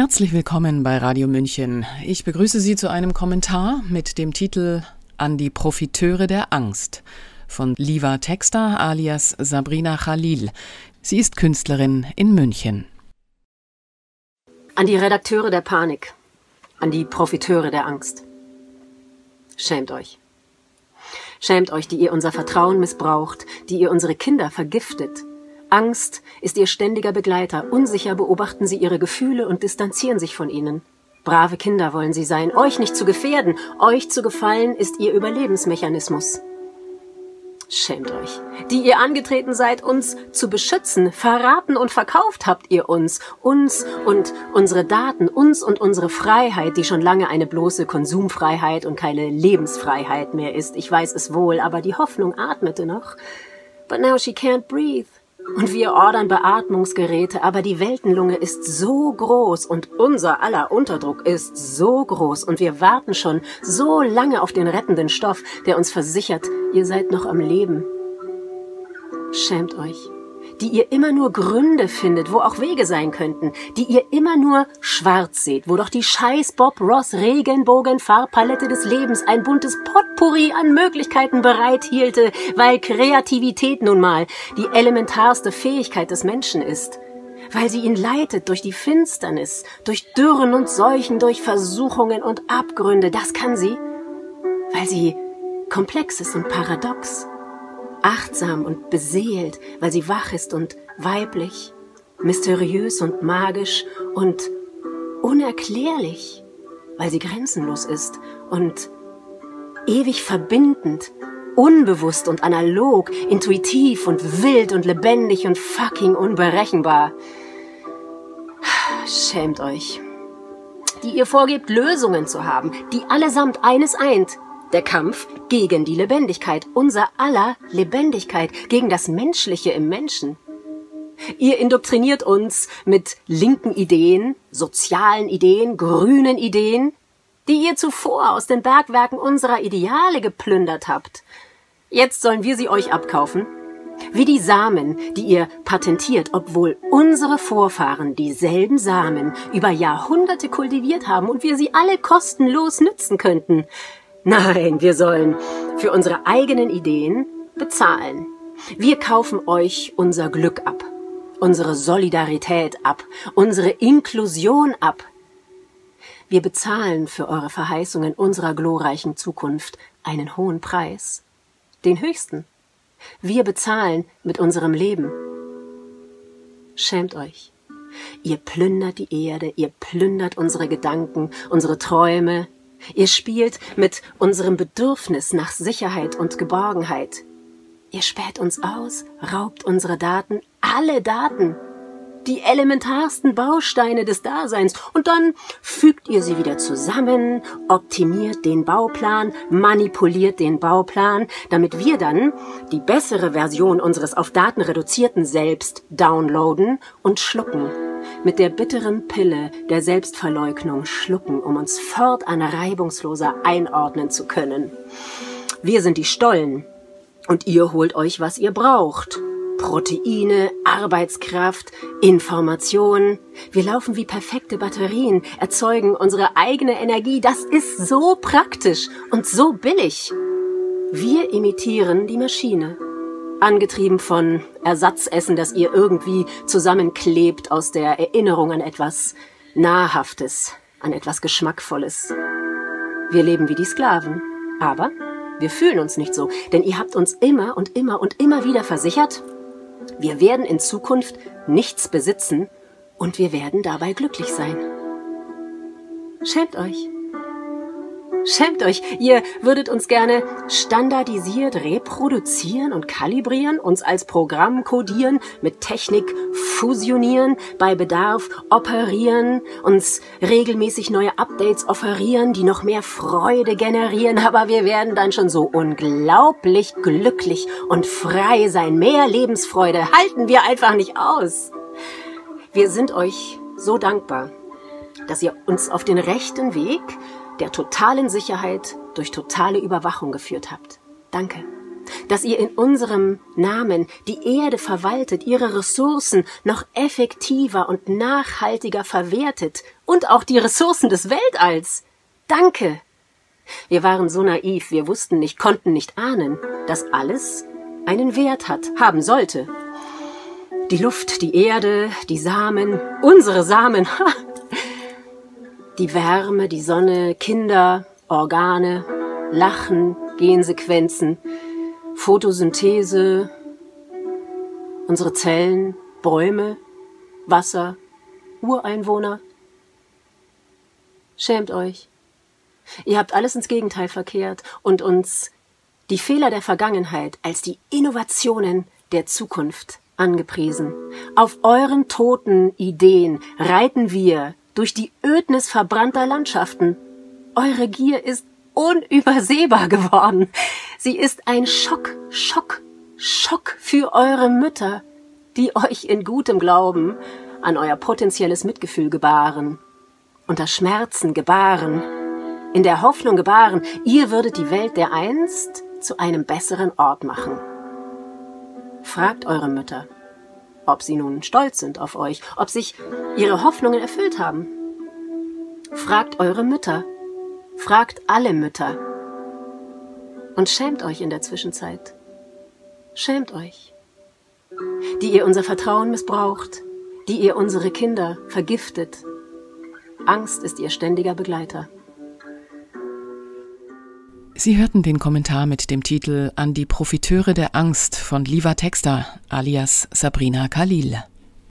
Herzlich willkommen bei Radio München. Ich begrüße Sie zu einem Kommentar mit dem Titel »An die Profiteure der Angst« von Liva Texter alias Sabrina Khalil. Sie ist Künstlerin in München. An die Redakteure der Panik, an die Profiteure der Angst. Schämt euch. Schämt euch, die ihr unser Vertrauen missbraucht, die ihr unsere Kinder vergiftet. Angst ist ihr ständiger Begleiter. Unsicher beobachten sie ihre Gefühle und distanzieren sich von ihnen. Brave Kinder wollen sie sein, euch nicht zu gefährden. Euch zu gefallen ist ihr Überlebensmechanismus. Schämt euch, die ihr angetreten seid, uns zu beschützen. Verraten und verkauft habt ihr uns und unsere Daten, uns und unsere Freiheit, die schon lange eine bloße Konsumfreiheit und keine Lebensfreiheit mehr ist. Ich weiß es wohl, aber die Hoffnung atmete noch. But now she can't breathe. Und wir ordern Beatmungsgeräte, aber die Weltenlunge ist so groß und unser aller Unterdruck ist so groß und wir warten schon so lange auf den rettenden Stoff, der uns versichert, ihr seid noch am Leben. Schämt euch, die ihr immer nur Gründe findet, wo auch Wege sein könnten, die ihr immer nur schwarz seht, wo doch die scheiß Bob Ross Regenbogen-Farbpalette des Lebens ein buntes Potpourri an Möglichkeiten bereithielte, weil Kreativität nun mal die elementarste Fähigkeit des Menschen ist, weil sie ihn leitet durch die Finsternis, durch Dürren und Seuchen, durch Versuchungen und Abgründe, das kann sie, weil sie komplex ist und paradox, achtsam und beseelt, weil sie wach ist und weiblich, mysteriös und magisch und unerklärlich, weil sie grenzenlos ist und ewig verbindend, unbewusst und analog, intuitiv und wild und lebendig und fucking unberechenbar. Schämt euch, die ihr vorgebt, Lösungen zu haben, die allesamt eines eint: der Kampf gegen die Lebendigkeit, unser aller Lebendigkeit, gegen das Menschliche im Menschen. Ihr indoktriniert uns mit linken Ideen, sozialen Ideen, grünen Ideen, die ihr zuvor aus den Bergwerken unserer Ideale geplündert habt. Jetzt sollen wir sie euch abkaufen, wie die Samen, die ihr patentiert, obwohl unsere Vorfahren dieselben Samen über Jahrhunderte kultiviert haben und wir sie alle kostenlos nützen könnten. Nein, wir sollen für unsere eigenen Ideen bezahlen. Wir kaufen euch unser Glück ab, unsere Solidarität ab, unsere Inklusion ab. Wir bezahlen für eure Verheißungen unserer glorreichen Zukunft einen hohen Preis, den höchsten. Wir bezahlen mit unserem Leben. Schämt euch. Ihr plündert die Erde, ihr plündert unsere Gedanken, unsere Träume. Ihr spielt mit unserem Bedürfnis nach Sicherheit und Geborgenheit. Ihr späht uns aus, raubt unsere Daten, alle Daten, die elementarsten Bausteine des Daseins, und dann fügt ihr sie wieder zusammen, optimiert den Bauplan, manipuliert den Bauplan, damit wir dann die bessere Version unseres auf Daten reduzierten Selbst downloaden und schlucken. Mit der bitteren Pille der Selbstverleugnung schlucken, um uns fortan reibungsloser einordnen zu können. Wir sind die Stollen und ihr holt euch, was ihr braucht. Proteine, Arbeitskraft, Information. Wir laufen wie perfekte Batterien, erzeugen unsere eigene Energie. Das ist so praktisch und so billig. Wir imitieren die Maschine. Angetrieben von Ersatzessen, das ihr irgendwie zusammenklebt aus der Erinnerung an etwas Nahrhaftes, an etwas Geschmackvolles. Wir leben wie die Sklaven, aber wir fühlen uns nicht so, denn ihr habt uns immer und immer und immer wieder versichert, wir werden in Zukunft nichts besitzen und wir werden dabei glücklich sein. Schämt euch. Schämt euch, ihr würdet uns gerne standardisiert reproduzieren und kalibrieren, uns als Programm kodieren, mit Technik fusionieren, bei Bedarf operieren, uns regelmäßig neue Updates offerieren, die noch mehr Freude generieren, aber wir werden dann schon so unglaublich glücklich und frei sein. Mehr Lebensfreude halten wir einfach nicht aus. Wir sind euch so dankbar, dass ihr uns auf den rechten Weg der totalen Sicherheit durch totale Überwachung geführt habt. Danke. dass ihr in unserem Namen die Erde verwaltet, ihre Ressourcen noch effektiver und nachhaltiger verwertet und auch die Ressourcen des Weltalls. Danke! Wir waren so naiv, wir wussten nicht, konnten nicht ahnen, dass alles einen Wert hat, haben sollte. Die Luft, die Erde, die Samen, unsere Samen, die Wärme, die Sonne, Kinder, Organe, Lachen, Gensequenzen, Photosynthese, unsere Zellen, Bäume, Wasser, Ureinwohner. Schämt euch. Ihr habt alles ins Gegenteil verkehrt und uns die Fehler der Vergangenheit als die Innovationen der Zukunft angepriesen. Auf euren toten Ideen reiten wir durch die Ödnis verbrannter Landschaften. Eure Gier ist unübersehbar geworden. Sie ist ein Schock für eure Mütter, die euch in gutem Glauben an euer potenzielles Mitgefühl gebaren, unter Schmerzen gebaren, in der Hoffnung gebaren, ihr würdet die Welt dereinst zu einem besseren Ort machen. Fragt eure Mütter, ob sie nun stolz sind auf euch, ob sich ihre Hoffnungen erfüllt haben. Fragt eure Mütter, fragt alle Mütter und schämt euch in der Zwischenzeit. Schämt euch, die ihr unser Vertrauen missbraucht, die ihr unsere Kinder vergiftet. Angst ist ihr ständiger Begleiter. Sie hörten den Kommentar mit dem Titel »An die Profiteure der Angst« von Liva Textor alias Sabrina Khalil.